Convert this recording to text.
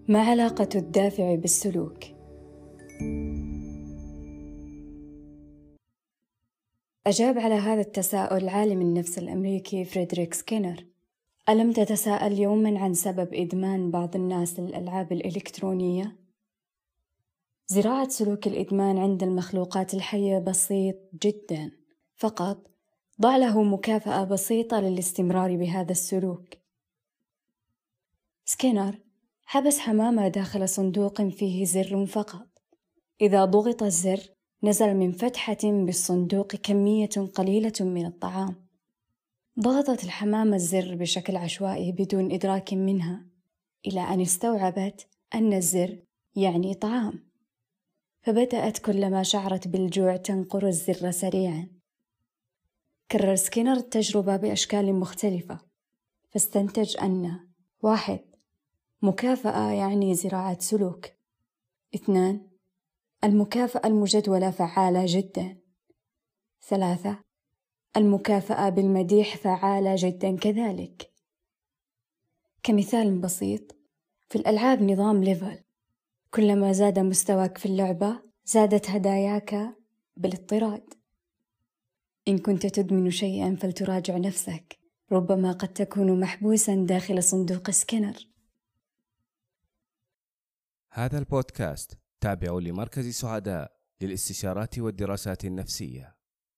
ما علاقة الدافع بالسلوك؟ أجاب على هذا التساؤل عالم النفس الأمريكي فريدريك سكينر. ألم تتساءل يوماً عن سبب إدمان بعض الناس للألعاب الإلكترونية؟ زراعة سلوك الإدمان عند المخلوقات الحية بسيط جداً، فقط ضع له مكافأة بسيطة للاستمرار بهذا السلوك. سكينر حبس حمامة داخل صندوق فيه زر فقط. إذا ضغط الزر نزل من فتحة بالصندوق كمية قليلة من الطعام. ضغطت الحمامة الزر بشكل عشوائي بدون إدراك منها، إلى أن استوعبت أن الزر يعني طعام، فبدأت كلما شعرت بالجوع تنقر الزر سريعاً. كرر سكينر التجربة بأشكال مختلفة، فاستنتج أن 1. مكافأة يعني زراعة سلوك. 2. المكافأة المجدولة فعالة جداً. 3. المكافأة بالمديح فعالة جداً كذلك. كمثال بسيط، في الألعاب نظام ليفل، كلما زاد مستواك في اللعبة زادت هداياك بالاضطراد. إن كنت تدمن شيئاً فلتراجع نفسك، ربما قد تكون محبوساً داخل صندوق سكينر. هذا البودكاست تابع لمركز سعداء للاستشارات والدراسات النفسية.